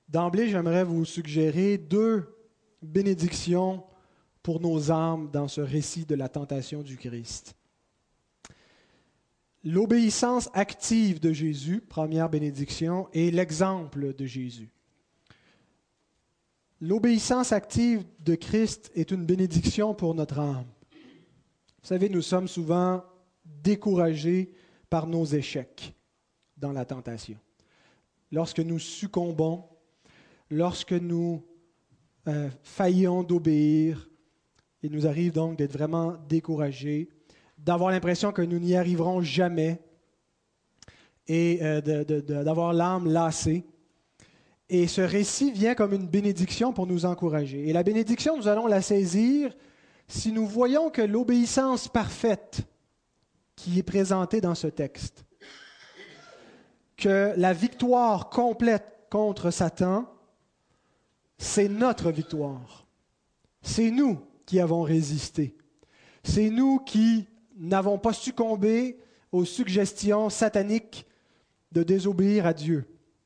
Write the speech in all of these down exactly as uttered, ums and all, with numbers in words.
D'emblée, j'aimerais vous suggérer deux bénédictions pour nos âmes dans ce récit de la tentation du Christ. L'obéissance active de Jésus, première bénédiction, et l'exemple de Jésus. L'obéissance active de Christ est une bénédiction pour notre âme. Vous savez, nous sommes souvent découragés par nos échecs dans la tentation. Lorsque nous succombons, lorsque nous euh, faillons d'obéir, il nous arrive donc d'être vraiment découragés, d'avoir l'impression que nous n'y arriverons jamais et euh, de, de, de, d'avoir l'âme lassée. Et ce récit vient comme une bénédiction pour nous encourager. Et la bénédiction, nous allons la saisir si nous voyons que l'obéissance parfaite qui est présentée dans ce texte, que la victoire complète contre Satan, c'est notre victoire. C'est nous qui avons résisté. C'est nous qui n'avons pas succombé aux suggestions sataniques de désobéir à Dieu.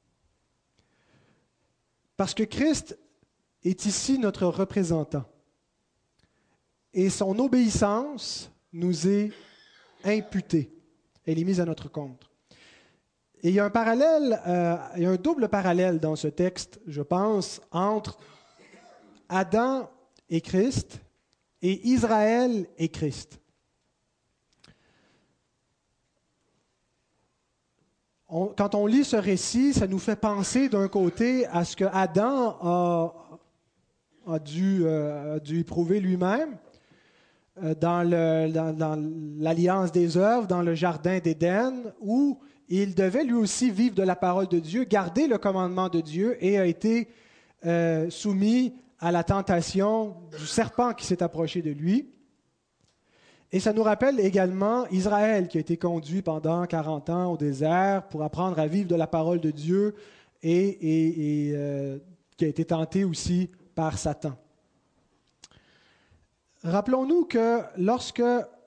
Parce que Christ est ici notre représentant. Et son obéissance nous est imputée. Elle est mise à notre compte. Et il y a un parallèle, euh, il y a un double parallèle dans ce texte, je pense, entre Adam et Christ et Israël et Christ. On, quand on lit ce récit, ça nous fait penser d'un côté à ce que Adam a, a, dû, euh, a dû éprouver lui-même euh, dans, le, dans, dans l'alliance des œuvres, dans le jardin d'Éden, où il devait lui aussi vivre de la parole de Dieu, garder le commandement de Dieu et a été euh, soumis à la tentation du serpent qui s'est approché de lui. Et ça nous rappelle également Israël qui a été conduit pendant quarante ans au désert pour apprendre à vivre de la parole de Dieu et, et, et euh, qui a été tenté aussi par Satan. Rappelons-nous que lorsque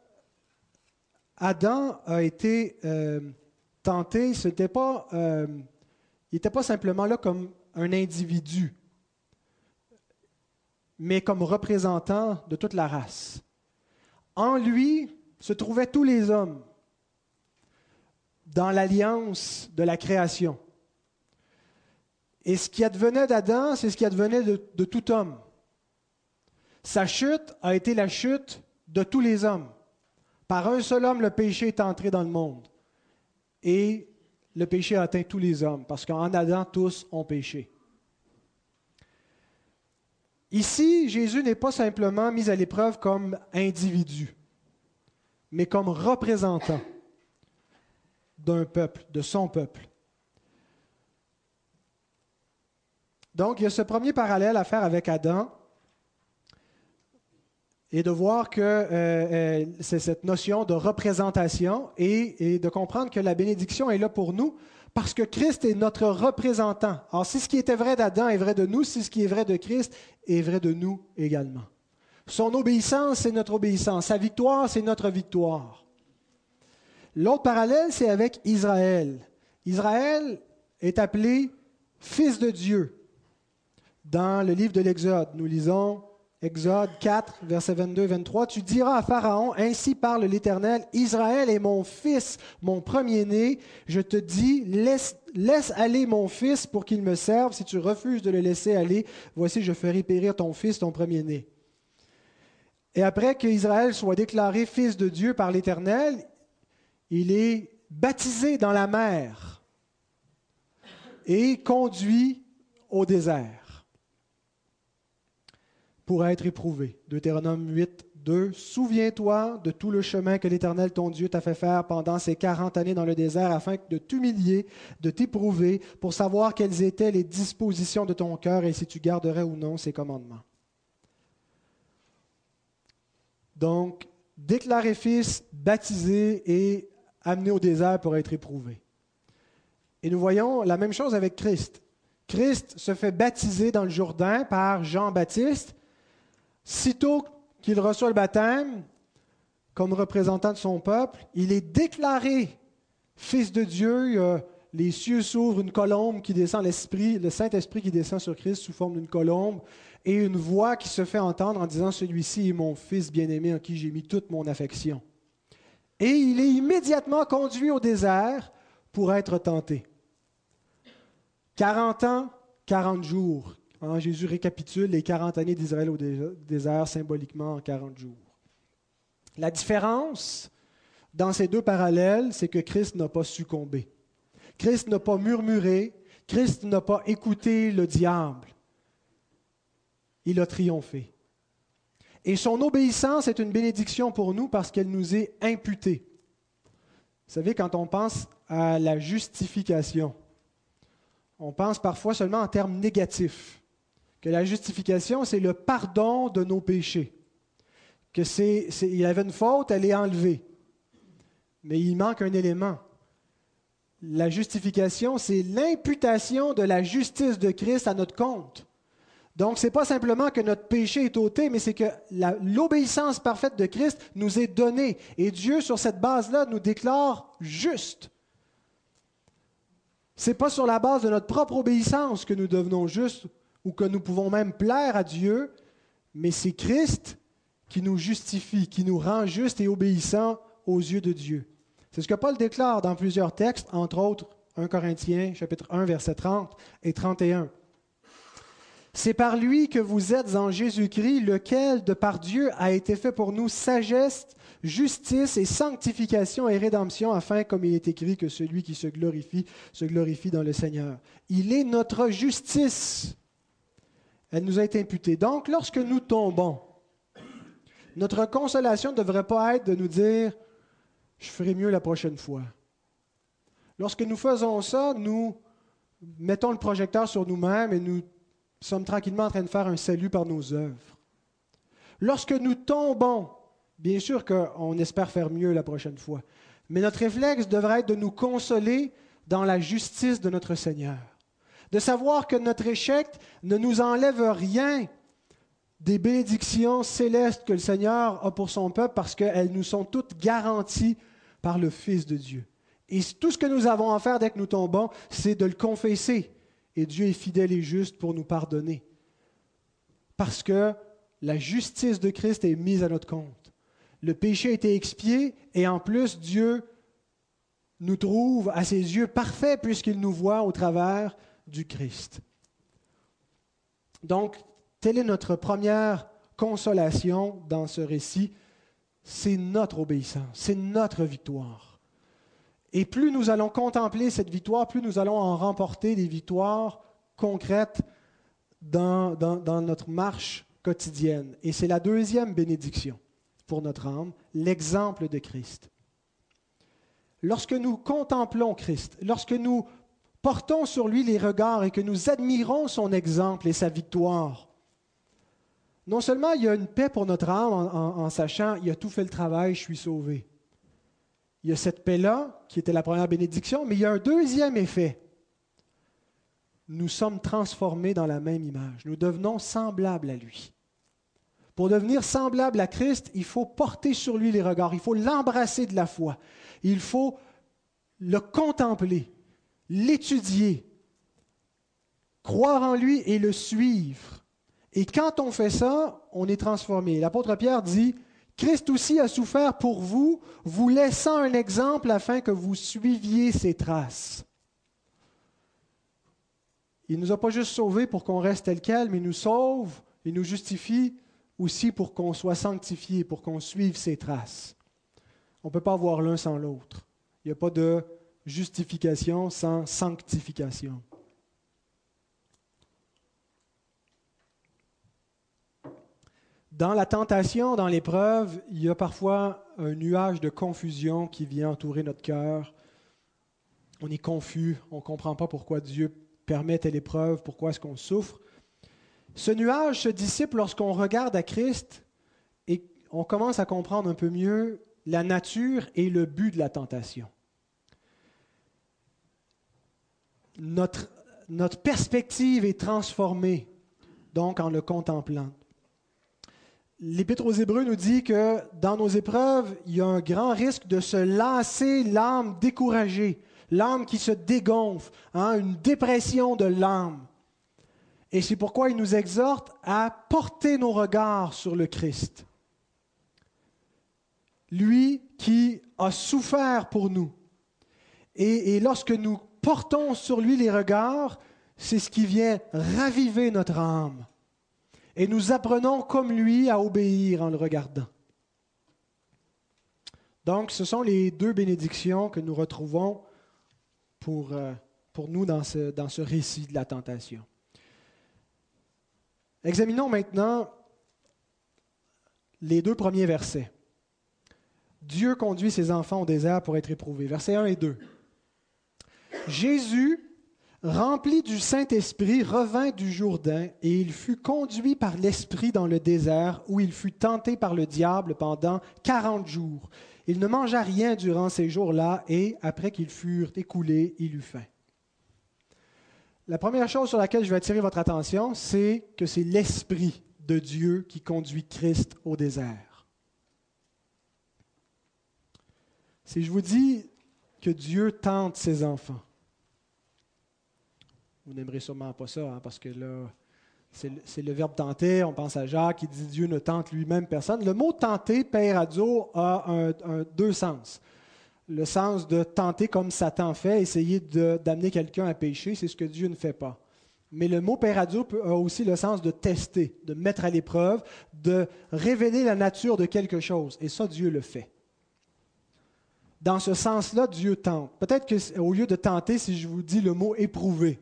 Adam a été euh, tenté, c'était pas, euh, il n'était pas simplement là comme un individu, mais comme représentant de toute la race. En lui se trouvaient tous les hommes dans l'alliance de la création. Et ce qui advenait d'Adam, c'est ce qui advenait de, de tout homme. Sa chute a été la chute de tous les hommes. Par un seul homme, le péché est entré dans le monde. Et le péché a atteint tous les hommes, parce qu'en Adam, tous ont péché. Ici, Jésus n'est pas simplement mis à l'épreuve comme individu, mais comme représentant d'un peuple, de son peuple. Donc, il y a ce premier parallèle à faire avec Adam, et de voir que euh, euh, c'est cette notion de représentation et, et de comprendre que la bénédiction est là pour nous parce que Christ est notre représentant. Alors, si ce qui était vrai d'Adam est vrai de nous, si ce qui est vrai de Christ est vrai de nous également. Son obéissance, c'est notre obéissance. Sa victoire, c'est notre victoire. L'autre parallèle, c'est avec Israël. Israël est appelé fils de Dieu. Dans le livre de l'Exode, nous lisons Exode quatre, versets vingt-deux et vingt-trois, « Tu diras à Pharaon, ainsi parle l'Éternel, Israël est mon fils, mon premier-né. Je te dis, laisse, laisse aller mon fils pour qu'il me serve. Si tu refuses de le laisser aller, voici, je ferai périr ton fils, ton premier-né. » Et après qu'Israël soit déclaré fils de Dieu par l'Éternel, il est baptisé dans la mer et conduit au désert pour être éprouvé. Deutéronome huit, deux. « Souviens-toi de tout le chemin que l'Éternel, ton Dieu, t'a fait faire pendant ces quarante années dans le désert, afin de t'humilier, de t'éprouver, pour savoir quelles étaient les dispositions de ton cœur et si tu garderais ou non ses commandements. » Donc, déclaré fils, baptisé et amené au désert pour être éprouvé. Et nous voyons la même chose avec Christ. Christ se fait baptiser dans le Jourdain par Jean-Baptiste. Sitôt qu'il reçoit le baptême, comme représentant de son peuple, il est déclaré fils de Dieu. Il y a les cieux s'ouvrent, une colombe qui descend, l'esprit, le Saint-Esprit qui descend sur Christ sous forme d'une colombe, et une voix qui se fait entendre en disant « Celui-ci est mon Fils bien-aimé en qui j'ai mis toute mon affection. » Et il est immédiatement conduit au désert pour être tenté. quarante ans, quarante jours. Hein, Jésus récapitule les quarante années d'Israël au désert symboliquement en quarante jours. La différence dans ces deux parallèles, c'est que Christ n'a pas succombé. Christ n'a pas murmuré. Christ n'a pas écouté le diable. Il a triomphé. Et son obéissance est une bénédiction pour nous parce qu'elle nous est imputée. Vous savez, quand on pense à la justification, on pense parfois seulement en termes négatifs. Que la justification, c'est le pardon de nos péchés. Que c'est, c'est, il y avait une faute, elle est enlevée. Mais il manque un élément. La justification, c'est l'imputation de la justice de Christ à notre compte. Donc, ce n'est pas simplement que notre péché est ôté, mais c'est que la, l'obéissance parfaite de Christ nous est donnée. Et Dieu, sur cette base-là, nous déclare justes. Ce n'est pas sur la base de notre propre obéissance que nous devenons justes ou que nous pouvons même plaire à Dieu, mais c'est Christ qui nous justifie, qui nous rend justes et obéissants aux yeux de Dieu. C'est ce que Paul déclare dans plusieurs textes, entre autres un Corinthiens, chapitre un, versets trente et trente et un. C'est par lui que vous êtes en Jésus-Christ, lequel, de par Dieu, a été fait pour nous sagesse, justice et sanctification et rédemption, afin, comme il est écrit, que celui qui se glorifie, se glorifie dans le Seigneur. Il est notre justice. Elle nous a été imputée. Donc, lorsque nous tombons, notre consolation ne devrait pas être de nous dire « je ferai mieux la prochaine fois ». Lorsque nous faisons ça, nous mettons le projecteur sur nous-mêmes et nous sommes tranquillement en train de faire un salut par nos œuvres. Lorsque nous tombons, bien sûr qu'on espère faire mieux la prochaine fois, mais notre réflexe devrait être de nous consoler dans la justice de notre Seigneur, de savoir que notre échec ne nous enlève rien des bénédictions célestes que le Seigneur a pour son peuple parce qu'elles nous sont toutes garanties par le Fils de Dieu. Et tout ce que nous avons à faire dès que nous tombons, c'est de le confesser. Et Dieu est fidèle et juste pour nous pardonner. Parce que la justice de Christ est mise à notre compte. Le péché a été expié et en plus, Dieu nous trouve à ses yeux parfaits puisqu'il nous voit au travers du Christ. Donc, telle est notre première consolation dans ce récit. C'est notre obéissance, c'est notre victoire. Et plus nous allons contempler cette victoire, plus nous allons en remporter des victoires concrètes dans, dans, dans notre marche quotidienne. Et c'est la deuxième bénédiction pour notre âme, l'exemple de Christ. Lorsque nous contemplons Christ, lorsque nous portons sur lui les regards et que nous admirons son exemple et sa victoire, non seulement il y a une paix pour notre âme en, en, en sachant « il a tout fait le travail, je suis sauvé ». Il y a cette paix-là, qui était la première bénédiction, mais il y a un deuxième effet. Nous sommes transformés dans la même image. Nous devenons semblables à lui. Pour devenir semblable à Christ, il faut porter sur lui les regards, il faut l'embrasser de la foi, il faut le contempler, l'étudier, croire en lui et le suivre. Et quand on fait ça, on est transformé. L'apôtre Pierre dit « Christ aussi a souffert pour vous, vous laissant un exemple afin que vous suiviez ses traces. » Il ne nous a pas juste sauvés pour qu'on reste tel quel, mais il nous sauve et nous justifie aussi pour qu'on soit sanctifié, pour qu'on suive ses traces. On ne peut pas avoir l'un sans l'autre. Il n'y a pas de justification sans sanctification. Dans la tentation, dans l'épreuve, il y a parfois un nuage de confusion qui vient entourer notre cœur. On est confus, on ne comprend pas pourquoi Dieu permet telle épreuve, pourquoi est-ce qu'on souffre. Ce nuage se dissipe lorsqu'on regarde à Christ et on commence à comprendre un peu mieux la nature et le but de la tentation. Notre, notre perspective est transformée, donc en le contemplant. L'Épître aux Hébreux nous dit que dans nos épreuves, il y a un grand risque de se lasser l'âme découragée, l'âme qui se dégonfle, hein, une dépression de l'âme. Et c'est pourquoi il nous exhorte à porter nos regards sur le Christ. Lui qui a souffert pour nous. Et, et lorsque nous portons sur lui les regards, c'est ce qui vient raviver notre âme. Et nous apprenons comme lui à obéir en le regardant. Donc, ce sont les deux bénédictions que nous retrouvons pour, euh, pour nous dans ce, dans ce récit de la tentation. Examinons maintenant les deux premiers versets. Dieu conduit ses enfants au désert pour être éprouvés. Versets un et deux. Jésus, rempli du Saint-Esprit, revint du Jourdain et il fut conduit par l'Esprit dans le désert où il fut tenté par le diable pendant quarante jours. Il ne mangea rien durant ces jours-là et, après qu'ils furent écoulés, il eut faim. La première chose sur laquelle je vais attirer votre attention, c'est que c'est l'Esprit de Dieu qui conduit Christ au désert. Si je vous dis que Dieu tente ses enfants, vous n'aimerez sûrement pas ça, hein, parce que là, c'est le, c'est le verbe tenter. On pense à Jacques qui dit Dieu ne tente lui-même personne. Le mot tenter, peradio, a un, un, deux sens. Le sens de tenter comme Satan fait, essayer de, d'amener quelqu'un à pécher, c'est ce que Dieu ne fait pas. Mais le mot peradio a aussi le sens de tester, de mettre à l'épreuve, de révéler la nature de quelque chose. Et ça, Dieu le fait. Dans ce sens-là, Dieu tente. Peut-être qu'au lieu de tenter, si je vous dis le mot éprouver,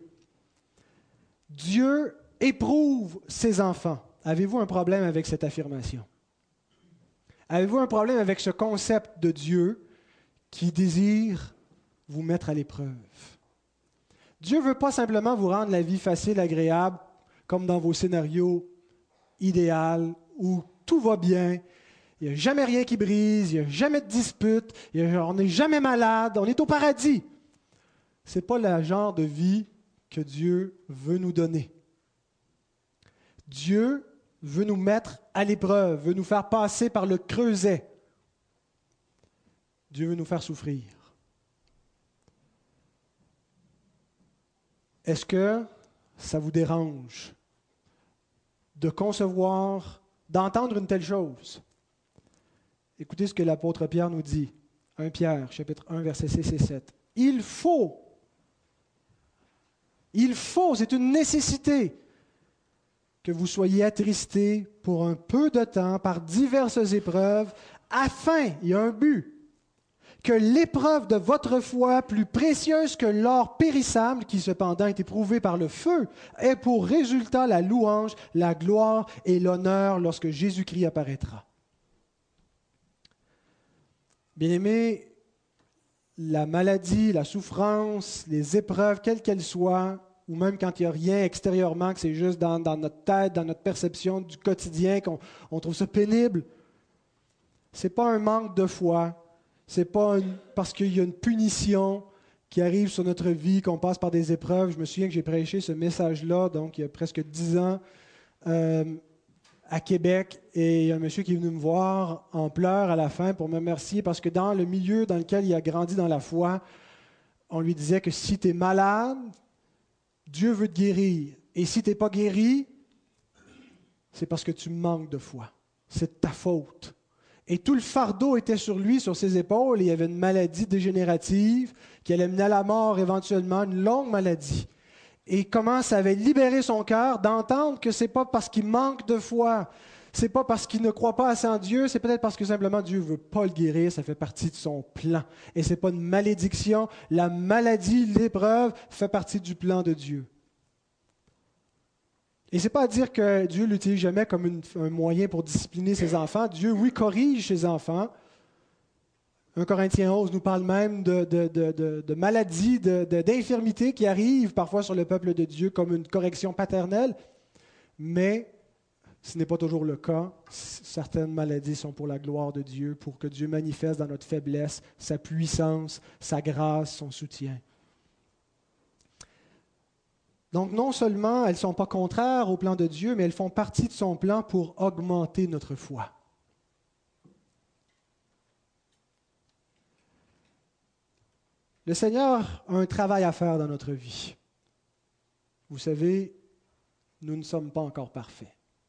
Dieu éprouve ses enfants. Avez-vous un problème avec cette affirmation? Avez-vous un problème avec ce concept de Dieu qui désire vous mettre à l'épreuve? Dieu ne veut pas simplement vous rendre la vie facile, agréable, comme dans vos scénarios idéaux où tout va bien, il n'y a jamais rien qui brise, il n'y a jamais de dispute, il y a, on n'est jamais malade, on est au paradis. Ce n'est pas le genre de vie que Dieu veut nous donner. Dieu veut nous mettre à l'épreuve, veut nous faire passer par le creuset. Dieu veut nous faire souffrir. Est-ce que ça vous dérange de concevoir, d'entendre une telle chose? Écoutez ce que l'apôtre Pierre nous dit. premier Pierre, chapitre un, versets six et sept. Il faut, il faut, c'est une nécessité que vous soyez attristés pour un peu de temps par diverses épreuves, afin, il y a un but, que l'épreuve de votre foi, plus précieuse que l'or périssable, qui cependant est éprouvé par le feu, ait pour résultat la louange, la gloire et l'honneur lorsque Jésus-Christ apparaîtra. Bien-aimés, la maladie, la souffrance, les épreuves, quelles qu'elles soient, ou même quand il n'y a rien extérieurement, que c'est juste dans, dans notre tête, dans notre perception du quotidien, qu'on on trouve ça pénible, ce n'est pas un manque de foi, ce n'est pas une, parce qu'il y a une punition qui arrive sur notre vie, qu'on passe par des épreuves. Je me souviens que j'ai prêché ce message-là, donc il y a presque dix ans, euh, à Québec, et il y a un monsieur qui est venu me voir en pleurs à la fin pour me remercier parce que dans le milieu dans lequel il a grandi dans la foi, on lui disait que si tu es malade, Dieu veut te guérir. Et si tu n'es pas guéri, c'est parce que tu manques de foi. C'est de ta faute. Et tout le fardeau était sur lui, sur ses épaules, et il y avait une maladie dégénérative qui allait mener à la mort éventuellement, une longue maladie. Et comment ça avait libéré son cœur d'entendre que ce n'est pas parce qu'il manque de foi, ce n'est pas parce qu'il ne croit pas assez en Dieu, c'est peut-être parce que simplement Dieu ne veut pas le guérir, ça fait partie de son plan. Et ce n'est pas une malédiction, la maladie, l'épreuve fait partie du plan de Dieu. Et ce n'est pas à dire que Dieu ne l'utilise jamais comme une, un moyen pour discipliner ses enfants. Dieu, oui, corrige ses enfants. un Corinthiens onze nous parle même de, de, de, de, de maladies, de, de, d'infirmités qui arrivent parfois sur le peuple de Dieu comme une correction paternelle, mais ce n'est pas toujours le cas. Certaines maladies sont pour la gloire de Dieu, pour que Dieu manifeste dans notre faiblesse sa puissance, sa grâce, son soutien. Donc non seulement elles ne sont pas contraires au plan de Dieu, mais elles font partie de son plan pour augmenter notre foi. Le Seigneur a un travail à faire dans notre vie. Vous savez, nous ne sommes pas encore parfaits.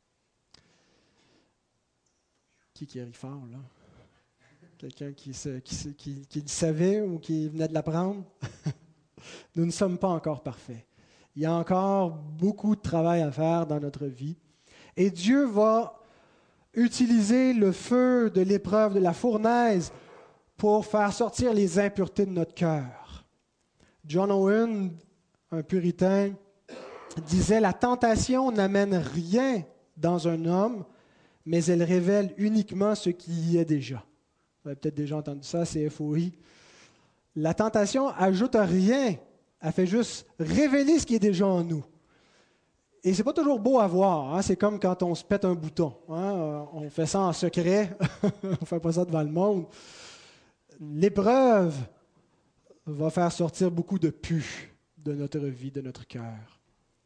Qui qui rit fort, là? Quelqu'un qui, se, qui, se, qui, qui le savait ou qui venait de l'apprendre? Nous ne sommes pas encore parfaits. Il y a encore beaucoup de travail à faire dans notre vie. Et Dieu va utiliser le feu de l'épreuve, de la fournaise, pour faire sortir les impuretés de notre cœur. John Owen, un puritain, disait « La tentation n'amène rien dans un homme, mais elle révèle uniquement ce qui y est déjà. » Vous avez peut-être déjà entendu ça, c'est F O I. La tentation ajoute rien, elle fait juste révéler ce qui est déjà en nous. Et ce n'est pas toujours beau à voir, hein? C'est comme quand on se pète un bouton. Hein? On fait ça en secret, on ne fait pas ça devant le monde. L'épreuve va faire sortir beaucoup de pus de notre vie, de notre cœur.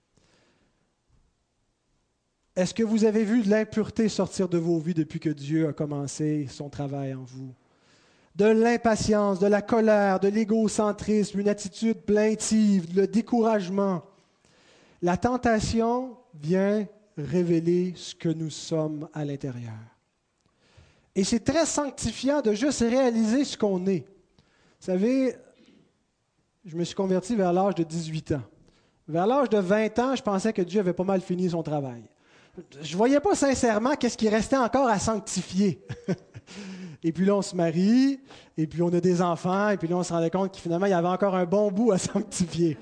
Est-ce que vous avez vu de l'impureté sortir de vos vies depuis que Dieu a commencé son travail en vous? De l'impatience, de la colère, de l'égocentrisme, une attitude plaintive, le découragement. La tentation vient révéler ce que nous sommes à l'intérieur. Et c'est très sanctifiant de juste réaliser ce qu'on est. Vous savez, je me suis converti vers l'âge de dix-huit ans. Vers l'âge de vingt ans, je pensais que Dieu avait pas mal fini son travail. Je ne voyais pas sincèrement qu'est-ce qui restait encore à sanctifier. Et puis là, on se marie, et puis on a des enfants, et puis là, on se rendait compte que finalement, il y avait encore un bon bout à sanctifier.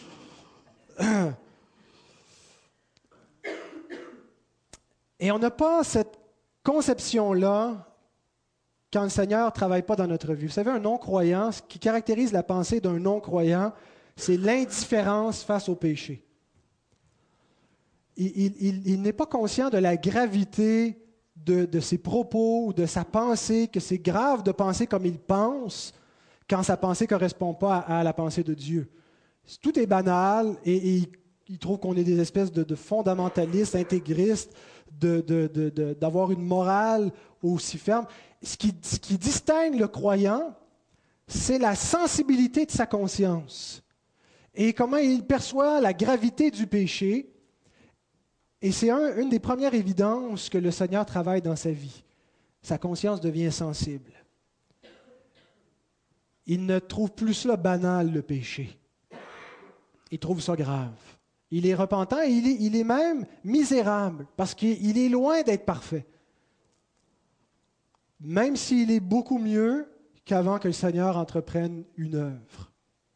Et on n'a pas cette conception-là quand le Seigneur ne travaille pas dans notre vie. Vous savez, un non-croyant, ce qui caractérise la pensée d'un non-croyant, c'est l'indifférence face au péché. Il, il, il, il n'est pas conscient de la gravité de, de ses propos ou de sa pensée, que c'est grave de penser comme il pense quand sa pensée ne correspond pas à, à la pensée de Dieu. Tout est banal et, et il, il trouve qu'on est des espèces de, de fondamentalistes, intégristes, de, de, de, de, d'avoir une morale aussi ferme. Ce qui, ce qui distingue le croyant, c'est la sensibilité de sa conscience et comment il perçoit la gravité du péché. Et c'est un, une des premières évidences que le Seigneur travaille dans sa vie. Sa conscience devient sensible. Il ne trouve plus cela banal, le péché. Il trouve ça grave. Il est repentant et il est, il est même misérable parce qu'il est loin d'être parfait. Même s'il est beaucoup mieux qu'avant que le Seigneur entreprenne une œuvre.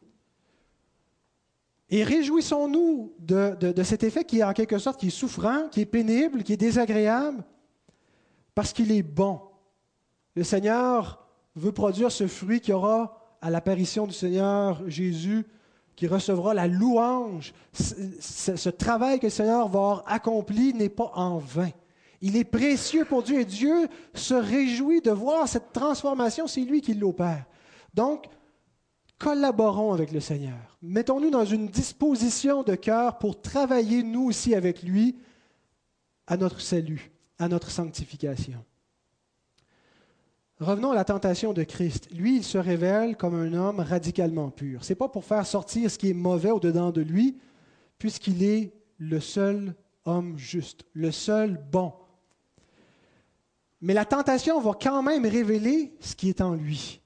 Et réjouissons-nous de, de, de cet effet qui est en quelque sorte qui est souffrant, qui est pénible, qui est désagréable, parce qu'il est bon. Le Seigneur veut produire ce fruit qui aura à l'apparition du Seigneur Jésus, qui recevra la louange. Ce, ce, ce travail que le Seigneur va avoir accompli n'est pas en vain. Il est précieux pour Dieu et Dieu se réjouit de voir cette transformation, c'est lui qui l'opère. Donc, collaborons avec le Seigneur. Mettons-nous dans une disposition de cœur pour travailler nous aussi avec lui à notre salut, à notre sanctification. Revenons à la tentation de Christ. Lui, il se révèle comme un homme radicalement pur. Ce n'est pas pour faire sortir ce qui est mauvais au-dedans de lui, puisqu'il est le seul homme juste, le seul bon. Mais la tentation va quand même révéler ce qui est en lui.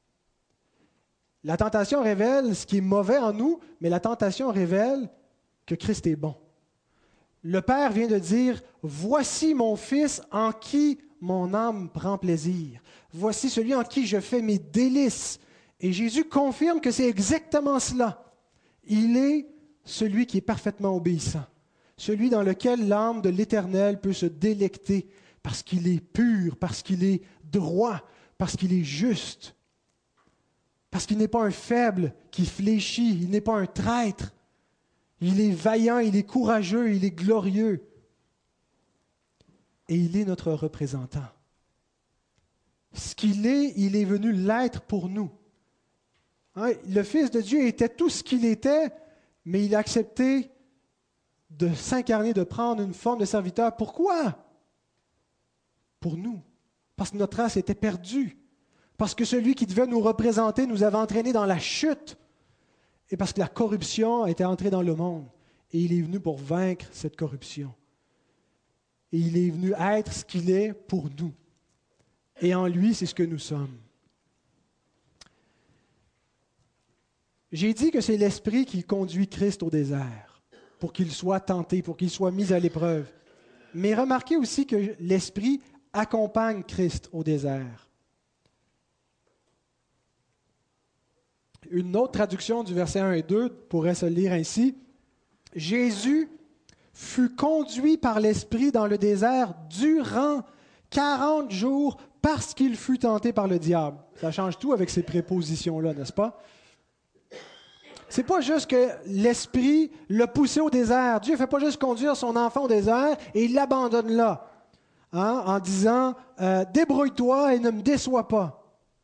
La tentation révèle ce qui est mauvais en nous, mais la tentation révèle que Christ est bon. Le Père vient de dire, « Voici mon Fils en qui mon âme prend plaisir. Voici celui en qui je fais mes délices. » Et Jésus confirme que c'est exactement cela. Il est celui qui est parfaitement obéissant, celui dans lequel l'âme de l'Éternel peut se délecter parce qu'il est pur, parce qu'il est droit, parce qu'il est juste. Parce qu'il n'est pas un faible qui fléchit, il n'est pas un traître. Il est vaillant, il est courageux, il est glorieux. Et il est notre représentant. Ce qu'il est, il est venu l'être pour nous. Hein, le Fils de Dieu était tout ce qu'il était, mais il a accepté de s'incarner, de prendre une forme de serviteur. Pourquoi? Pour nous. Parce que notre race était perdue. Parce que celui qui devait nous représenter nous avait entraînés dans la chute. Et parce que la corruption était entrée dans le monde. Et il est venu pour vaincre cette corruption. Et il est venu être ce qu'il est pour nous. Et en lui, c'est ce que nous sommes. J'ai dit que c'est l'Esprit qui conduit Christ au désert, pour qu'il soit tenté, pour qu'il soit mis à l'épreuve. Mais remarquez aussi que l'Esprit accompagne Christ au désert. Une autre traduction du verset un et deux pourrait se lire ainsi. Jésus fut conduit par l'Esprit dans le désert durant quarante jours parce qu'il fut tenté par le diable. Ça change tout avec ces prépositions-là, n'est-ce pas? C'est pas juste que l'Esprit l'a poussé au désert. Dieu ne fait pas juste conduire son enfant au désert et il l'abandonne là, hein, en disant euh, « Débrouille-toi et ne me déçois pas ».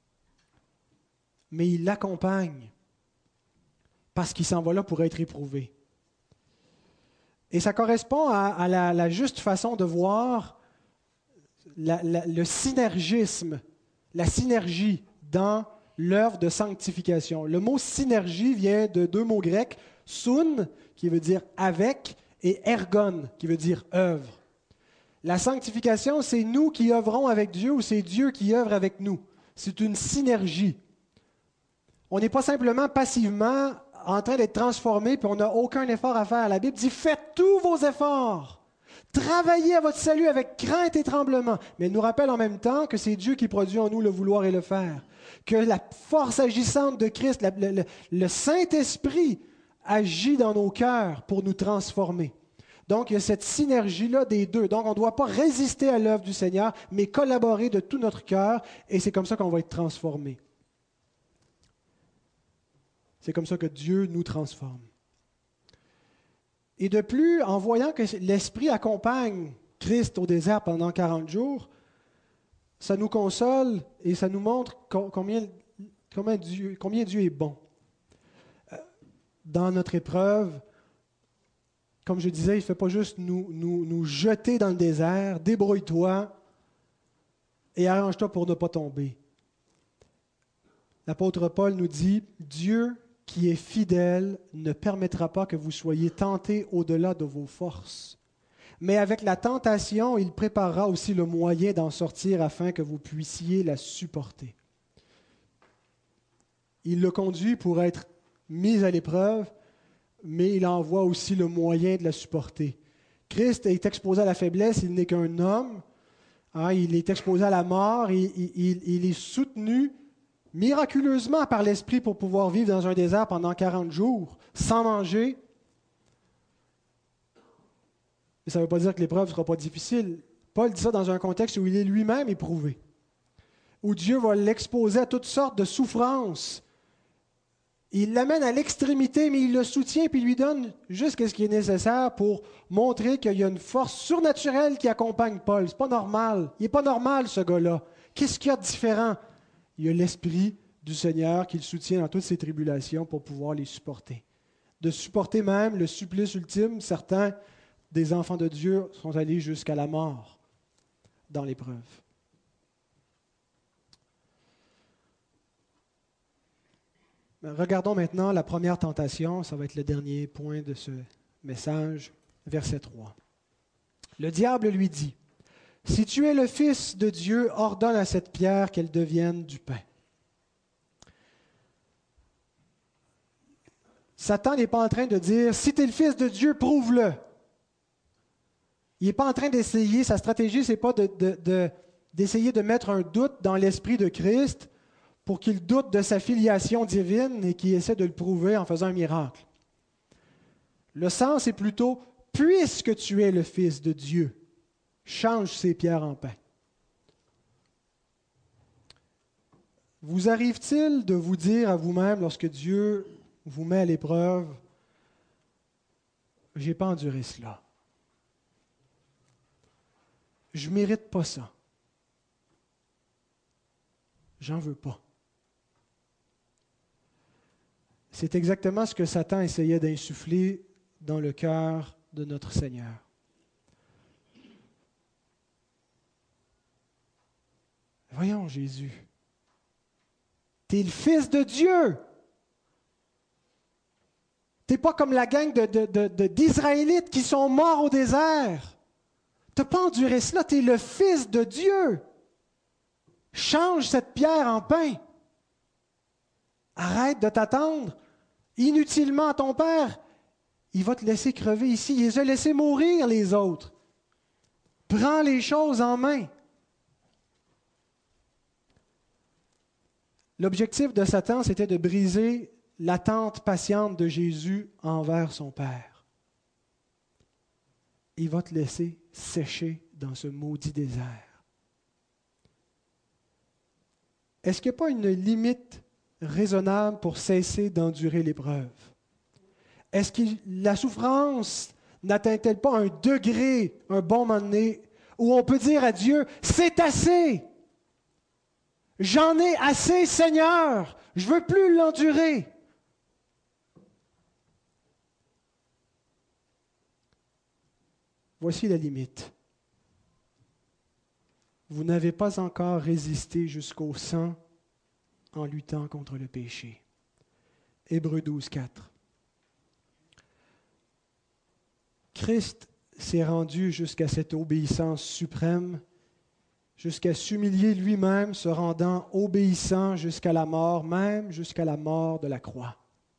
Mais il l'accompagne parce qu'il s'en va là pour être éprouvé. Et ça correspond à, à la, la juste façon de voir la, la, le synergisme, la synergie dans l'œuvre de sanctification. Le mot synergie vient de deux mots grecs, sun, qui veut dire avec, et ergon, qui veut dire œuvre. La sanctification, c'est nous qui œuvrons avec Dieu ou c'est Dieu qui œuvre avec nous. C'est une synergie. On n'est pas simplement passivement en train d'être transformé puis on n'a aucun effort à faire. La Bible dit « Faites tous vos efforts. Travaillez à votre salut avec crainte et tremblement. » Mais elle nous rappelle en même temps que c'est Dieu qui produit en nous le vouloir et le faire. Que la force agissante de Christ, la, le, le, le Saint-Esprit agit dans nos cœurs pour nous transformer. Donc, il y a cette synergie-là des deux. Donc, on ne doit pas résister à l'œuvre du Seigneur, mais collaborer de tout notre cœur, et c'est comme ça qu'on va être transformé. C'est comme ça que Dieu nous transforme. Et de plus, en voyant que l'Esprit accompagne Christ au désert pendant quarante jours, ça nous console et ça nous montre combien, combien, Dieu, combien Dieu est bon. Dans notre épreuve, comme je disais, il ne fait pas juste nous, nous, nous jeter dans le désert, débrouille-toi et arrange-toi pour ne pas tomber. L'apôtre Paul nous dit, Dieu qui est fidèle ne permettra pas que vous soyez tentés au-delà de vos forces. Mais avec la tentation, il préparera aussi le moyen d'en sortir afin que vous puissiez la supporter. Il le conduit pour être mis à l'épreuve, mais il envoie aussi le moyen de la supporter. Christ est exposé à la faiblesse, il n'est qu'un homme, hein, il est exposé à la mort, il, il, il est soutenu miraculeusement par l'Esprit pour pouvoir vivre dans un désert pendant quarante jours, sans manger. Mais ça ne veut pas dire que l'épreuve ne sera pas difficile. Paul dit ça dans un contexte où il est lui-même éprouvé, où Dieu va l'exposer à toutes sortes de souffrances. Il l'amène à l'extrémité, mais il le soutient et lui donne juste ce qui est nécessaire pour montrer qu'il y a une force surnaturelle qui accompagne Paul. Ce n'est pas normal. Il n'est pas normal, ce gars-là. Qu'est-ce qu'il y a de différent? Il y a l'Esprit du Seigneur qui le soutient dans toutes ses tribulations pour pouvoir les supporter. De supporter même le supplice ultime, certains des enfants de Dieu sont allés jusqu'à la mort dans l'épreuve. Regardons maintenant la première tentation, ça va être le dernier point de ce message, verset trois. Le diable lui dit, « Si tu es le Fils de Dieu, ordonne à cette pierre qu'elle devienne du pain. » Satan n'est pas en train de dire, « Si tu es le Fils de Dieu, prouve-le. » Il n'est pas en train d'essayer, sa stratégie, ce n'est pas de, de, de, d'essayer de mettre un doute dans l'esprit de Christ pour qu'il doute de sa filiation divine et qu'il essaie de le prouver en faisant un miracle. Le sens est plutôt, « Puisque tu es le Fils de Dieu, change ces pierres en pain. » Vous arrive-t-il de vous dire à vous-même, lorsque Dieu vous met à l'épreuve, « Je n'ai pas enduré cela. Je ne mérite pas ça. J'en veux pas. » C'est exactement ce que Satan essayait d'insuffler dans le cœur de notre Seigneur. Voyons Jésus, Tu es le Fils de Dieu. Tu n'es pas comme la gang de, de, de, de, d'Israélites qui sont morts au désert. Tu n'as pas enduré cela, tu es le Fils de Dieu. Change cette pierre en pain. Arrête de t'attendre inutilement à ton Père. Il va te laisser crever ici. Il les a laissés mourir, les autres. Prends les choses en main. L'objectif de Satan, c'était de briser l'attente patiente de Jésus envers son Père. Il va te laisser sécher dans ce maudit désert. Est-ce qu'il n'y a pas une limite raisonnable pour cesser d'endurer l'épreuve? Est-ce que la souffrance n'atteint-elle pas un degré, un bon moment donné, où on peut dire à Dieu, c'est assez, j'en ai assez, Seigneur, je ne veux plus l'endurer. Voici la limite. Vous n'avez pas encore résisté jusqu'au sang en luttant contre le péché. Hébreux douze, quatre. Christ s'est rendu jusqu'à cette obéissance suprême, jusqu'à s'humilier lui-même, se rendant obéissant jusqu'à la mort, même jusqu'à la mort de la croix.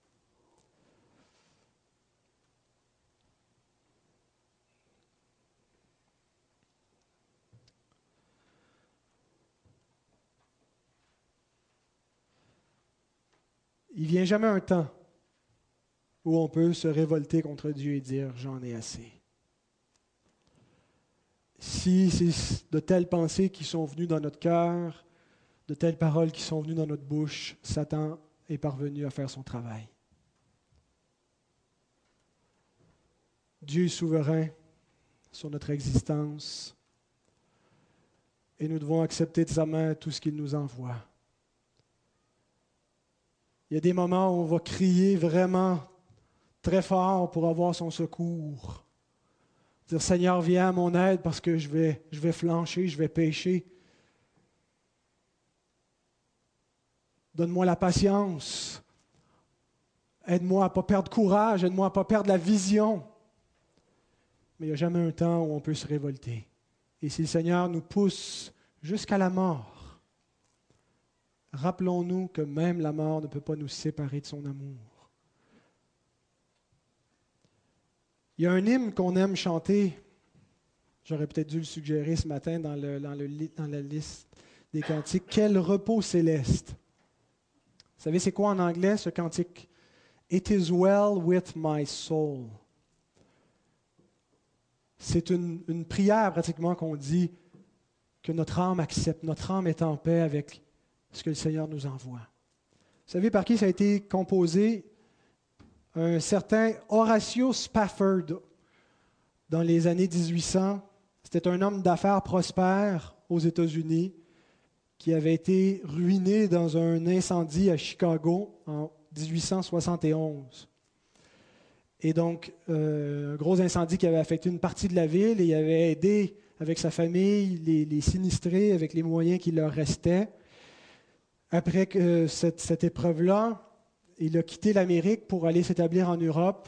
Il ne vient jamais un temps où on peut se révolter contre Dieu et dire « j'en ai assez ». Si c'est de telles pensées qui sont venues dans notre cœur, de telles paroles qui sont venues dans notre bouche, Satan est parvenu à faire son travail. Dieu est souverain sur notre existence et nous devons accepter de sa main tout ce qu'il nous envoie. Il y a des moments où on va crier vraiment très fort pour avoir son secours. Dire, Seigneur, viens à mon aide parce que je vais, je vais flancher, je vais pécher. Donne-moi la patience. Aide-moi à ne pas perdre courage, aide-moi à ne pas perdre la vision. Mais il n'y a jamais un temps où on peut se révolter. Et si le Seigneur nous pousse jusqu'à la mort, rappelons-nous que même la mort ne peut pas nous séparer de son amour. Il y a un hymne qu'on aime chanter, j'aurais peut-être dû le suggérer ce matin dans, le, dans, le, dans la liste des cantiques, « Quel repos céleste ». Vous savez, c'est quoi en anglais ce cantique? « It is well with my soul ». C'est une, une prière pratiquement qu'on dit que notre âme accepte, notre âme est en paix avec ce que le Seigneur nous envoie. Vous savez par qui ça a été composé? Un certain Horatio Spafford, dans les années dix-huit cents. C'était un homme d'affaires prospère aux États-Unis qui avait été ruiné dans un incendie à Chicago en dix-huit cent soixante et onze. Et donc, euh, un gros incendie qui avait affecté une partie de la ville et il avait aidé avec sa famille les, les sinistrés avec les moyens qui leur restaient. Après que cette, cette épreuve-là, il a quitté l'Amérique pour aller s'établir en Europe.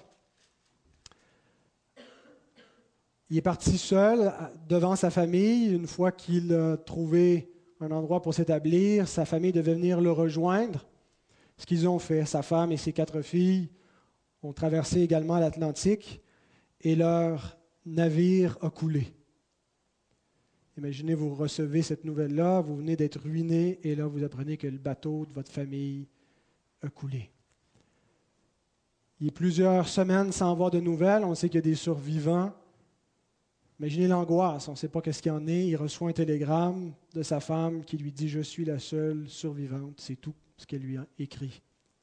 Il est parti seul devant sa famille. Une fois qu'il a trouvé un endroit pour s'établir, sa famille devait venir le rejoindre. Ce qu'ils ont fait, sa femme et ses quatre filles ont traversé également l'Atlantique et leur navire a coulé. Imaginez, vous recevez cette nouvelle-là, vous venez d'être ruiné et là vous apprenez que le bateau de votre famille a coulé. Il y a plusieurs semaines sans avoir de nouvelles, on sait qu'il y a des survivants. Imaginez l'angoisse, on ne sait pas qu'est-ce qu'il y en est. Il reçoit un télégramme de sa femme qui lui dit « Je suis la seule survivante ». C'est tout ce qu'elle lui a écrit.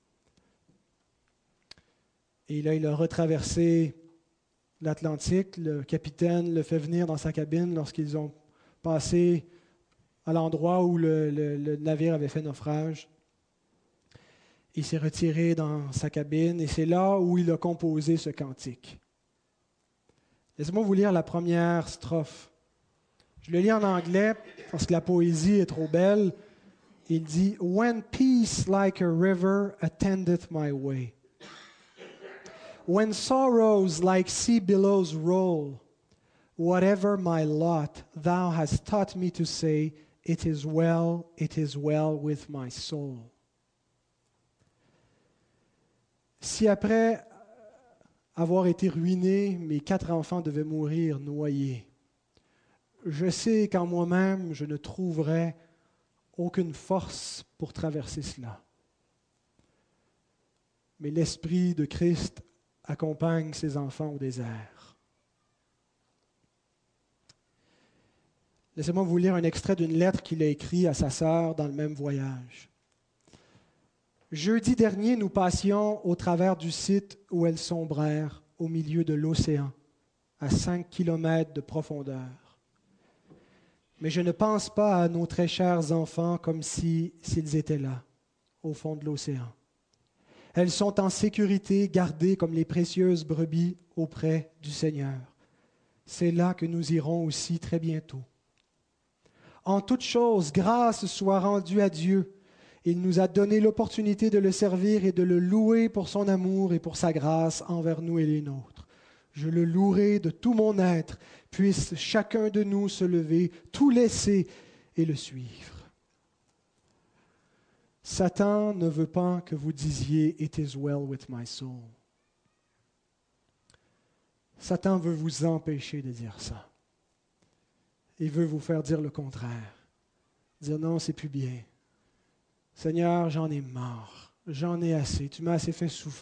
Et là, il a retraversé l'Atlantique. Le capitaine le fait venir dans sa cabine lorsqu'ils ont passé à l'endroit où le, le, le navire avait fait naufrage. Il s'est retiré dans sa cabine et c'est là où il a composé ce cantique. Laissez-moi vous lire la première strophe. Je le lis en anglais parce que la poésie est trop belle il dit « When peace like a river attendeth my way, when sorrows like sea billows roll, whatever my lot, thou hast taught me to say, it is well, it is well with my soul. » Si après avoir été ruiné, mes quatre enfants devaient mourir noyés, je sais qu'en moi-même, je ne trouverai aucune force pour traverser cela. Mais l'Esprit de Christ accompagne ses enfants au désert. Laissez-moi vous lire un extrait d'une lettre qu'il a écrite à sa sœur dans le même voyage. Jeudi dernier, nous passions au travers du site où elles sombrèrent au milieu de l'océan, à cinq kilomètres de profondeur. Mais je ne pense pas à nos très chers enfants comme si, s'ils étaient là, au fond de l'océan. Elles sont en sécurité, gardées comme les précieuses brebis auprès du Seigneur. C'est là que nous irons aussi très bientôt. En toute chose, grâce soit rendue à Dieu. Il nous a donné l'opportunité de le servir et de le louer pour son amour et pour sa grâce envers nous et les nôtres. Je le louerai de tout mon être. Puisse chacun de nous se lever, tout laisser et le suivre. Satan ne veut pas que vous disiez « It is well with my soul ». Satan veut vous empêcher de dire ça. Il veut vous faire dire le contraire. Dire « Non, c'est plus bien. Seigneur, j'en ai marre. J'en ai assez. Tu m'as assez fait souffrir. »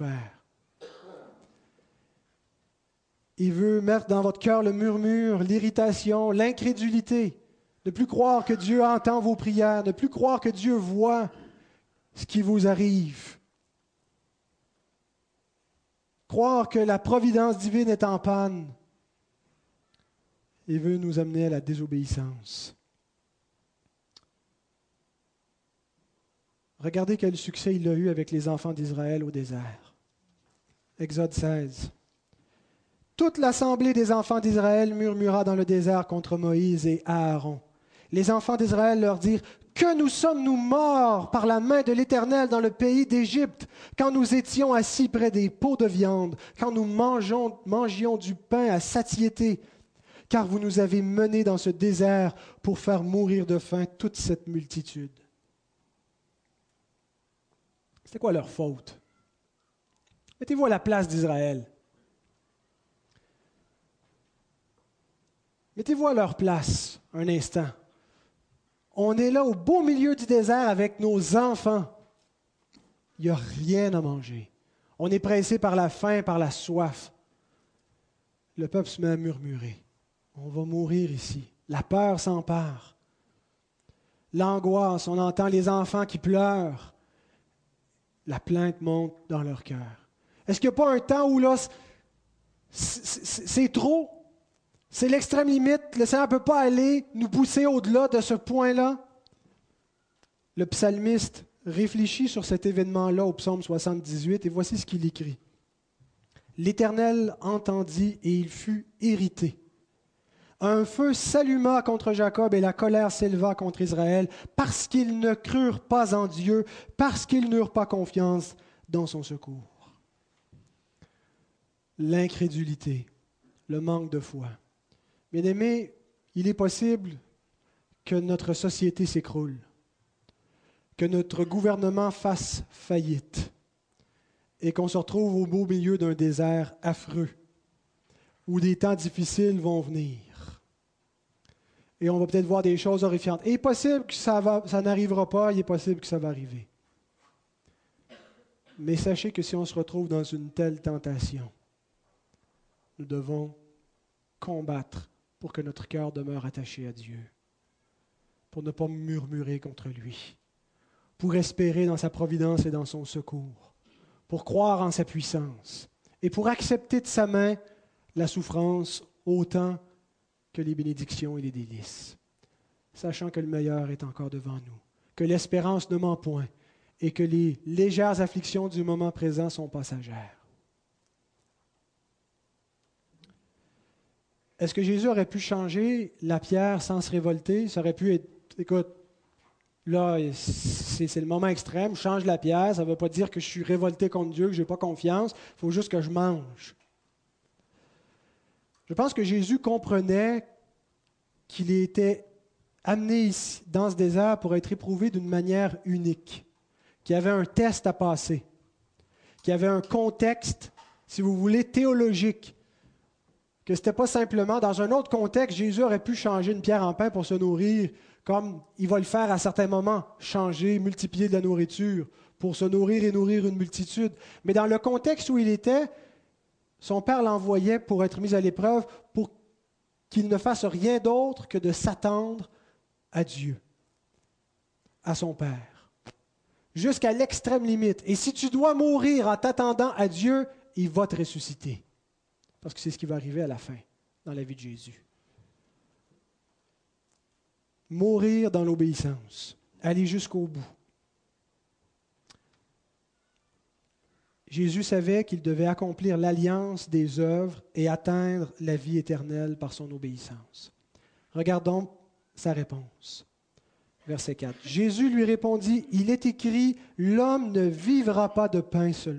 Il veut mettre dans votre cœur le murmure, l'irritation, l'incrédulité, ne plus croire que Dieu entend vos prières, ne plus croire que Dieu voit ce qui vous arrive. Croire que la providence divine est en panne. Il veut nous amener à la désobéissance. Regardez quel succès il a eu avec les enfants d'Israël au désert. Exode seize. Toute l'assemblée des enfants d'Israël murmura dans le désert contre Moïse et Aaron. Les enfants d'Israël leur dirent « Que nous sommes-nous morts par la main de l'Éternel dans le pays d'Égypte, quand nous étions assis près des pots de viande, quand nous mangeons, mangions du pain à satiété, car vous nous avez menés dans ce désert pour faire mourir de faim toute cette multitude. » C'était quoi leur faute? Mettez-vous à la place d'Israël. Mettez-vous à leur place un instant. On est là au beau milieu du désert avec nos enfants. Il n'y a rien à manger. On est pressé par la faim, par la soif. Le peuple se met à murmurer. On va mourir ici. La peur s'empare. L'angoisse, on entend les enfants qui pleurent. La plainte monte dans leur cœur. Est-ce qu'il n'y a pas un temps où là, c'est, c'est, c'est trop? C'est l'extrême limite. Le Seigneur ne peut pas aller nous pousser au-delà de ce point-là. Le psalmiste réfléchit sur cet événement-là au psaume soixante-dix-huit et voici ce qu'il écrit. « L'Éternel entendit et il fut irrité. Un feu s'alluma contre Jacob et la colère s'éleva contre Israël parce qu'ils ne crurent pas en Dieu, parce qu'ils n'eurent pas confiance dans son secours. » L'incrédulité, le manque de foi. Bien-aimés, il est possible que notre société s'écroule, que notre gouvernement fasse faillite et qu'on se retrouve au beau milieu d'un désert affreux où des temps difficiles vont venir. Et on va peut-être voir des choses horrifiantes. Et il est possible que ça, va, ça n'arrivera pas, il est possible que ça va arriver. Mais sachez que si on se retrouve dans une telle tentation, nous devons combattre pour que notre cœur demeure attaché à Dieu, pour ne pas murmurer contre lui, pour espérer dans sa providence et dans son secours, pour croire en sa puissance et pour accepter de sa main la souffrance autant que les bénédictions et les délices, sachant que le meilleur est encore devant nous, que l'espérance ne ment point et que les légères afflictions du moment présent sont passagères. Est-ce que Jésus aurait pu changer la pierre sans se révolter? Ça aurait pu être, écoute, Là, c'est, c'est le moment extrême, je change la pierre, ça ne veut pas dire que je suis révolté contre Dieu, que je n'ai pas confiance, il faut juste que je mange. Je pense que Jésus comprenait qu'il était amené ici, dans ce désert pour être éprouvé d'une manière unique, qu'il y avait un test à passer, qu'il y avait un contexte, si vous voulez, théologique, que ce n'était pas simplement, dans un autre contexte, Jésus aurait pu changer une pierre en pain pour se nourrir, comme il va le faire à certains moments, changer, multiplier de la nourriture pour se nourrir et nourrir une multitude. Mais dans le contexte où il était, son Père l'envoyait pour être mis à l'épreuve, pour qu'il ne fasse rien d'autre que de s'attendre à Dieu, à son Père, jusqu'à l'extrême limite. Et si tu dois mourir en t'attendant à Dieu, il va te ressusciter. Parce que c'est ce qui va arriver à la fin, dans la vie de Jésus. Mourir dans l'obéissance, aller jusqu'au bout. Jésus savait qu'il devait accomplir l'alliance des œuvres et atteindre la vie éternelle par son obéissance. Regardons sa réponse. Verset quatre. Jésus lui répondit, « Il est écrit, l'homme ne vivra pas de pain seulement. »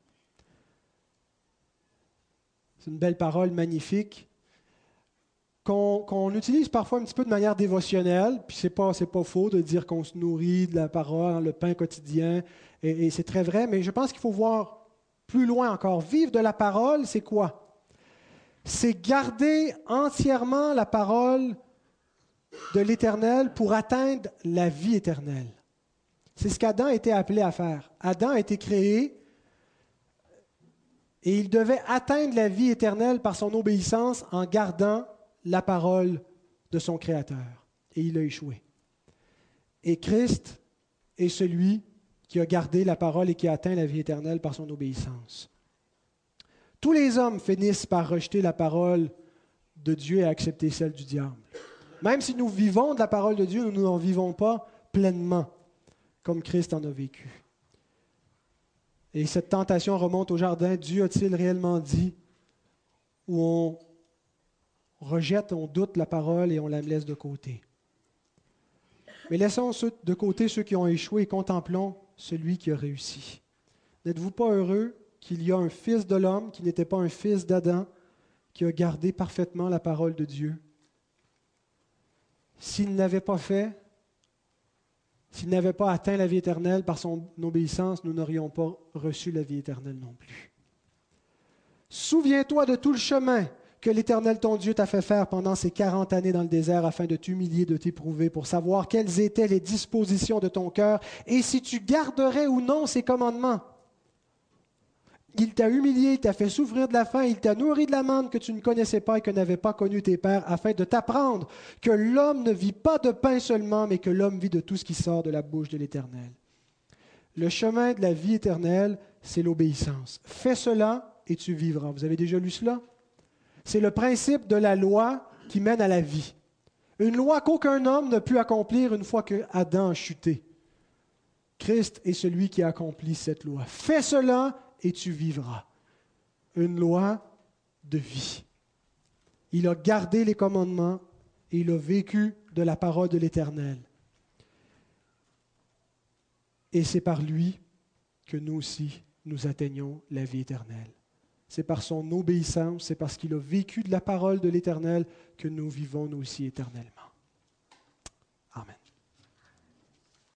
C'est une belle parole magnifique qu'on, qu'on utilise parfois un petit peu de manière dévotionnelle, puis ce n'est pas, c'est pas faux de dire qu'on se nourrit de la parole, le pain quotidien, et, et c'est très vrai, mais je pense qu'il faut voir plus loin encore. Vivre de la parole, c'est quoi? C'est garder entièrement la parole de l'Éternel pour atteindre la vie éternelle. C'est ce qu'Adam était appelé à faire. Adam a été créé et il devait atteindre la vie éternelle par son obéissance en gardant la parole de son Créateur. Et il a échoué. Et Christ est celui qui a gardé la parole et qui a atteint la vie éternelle par son obéissance. Tous les hommes finissent par rejeter la parole de Dieu et accepter celle du diable. Même si nous vivons de la parole de Dieu, nous n'en vivons pas pleinement, comme Christ en a vécu. Et cette tentation remonte au jardin. Dieu a-t-il réellement dit? Où on rejette, on doute la parole et on la laisse de côté. Mais laissons de côté ceux qui ont échoué et contemplons celui qui a réussi. N'êtes-vous pas heureux qu'il y a un fils de l'homme qui n'était pas un fils d'Adam, qui a gardé parfaitement la parole de Dieu? S'il n'avait pas fait, s'il n'avait pas atteint la vie éternelle par son obéissance, nous n'aurions pas reçu la vie éternelle non plus. Souviens-toi de tout le chemin que l'Éternel ton Dieu t'a fait faire pendant ces quarante années dans le désert afin de t'humilier, de t'éprouver, pour savoir quelles étaient les dispositions de ton cœur et si tu garderais ou non ses commandements. Il t'a humilié, il t'a fait souffrir de la faim, il t'a nourri de la manne que tu ne connaissais pas et que n'avaient pas connu tes pères, afin de t'apprendre que l'homme ne vit pas de pain seulement, mais que l'homme vit de tout ce qui sort de la bouche de l'Éternel. Le chemin de la vie éternelle, c'est l'obéissance. Fais cela et tu vivras. Vous avez déjà lu cela? C'est le principe de la loi qui mène à la vie. Une loi qu'aucun homme n'a pu accomplir une fois que Adam a chuté. Christ est celui qui a accompli cette loi. Fais cela et tu vivras. Une loi de vie. Il a gardé les commandements et il a vécu de la parole de l'Éternel. Et c'est par lui que nous aussi, nous atteignons la vie éternelle. C'est par son obéissance, c'est parce qu'il a vécu de la parole de l'Éternel que nous vivons nous aussi éternellement. Amen.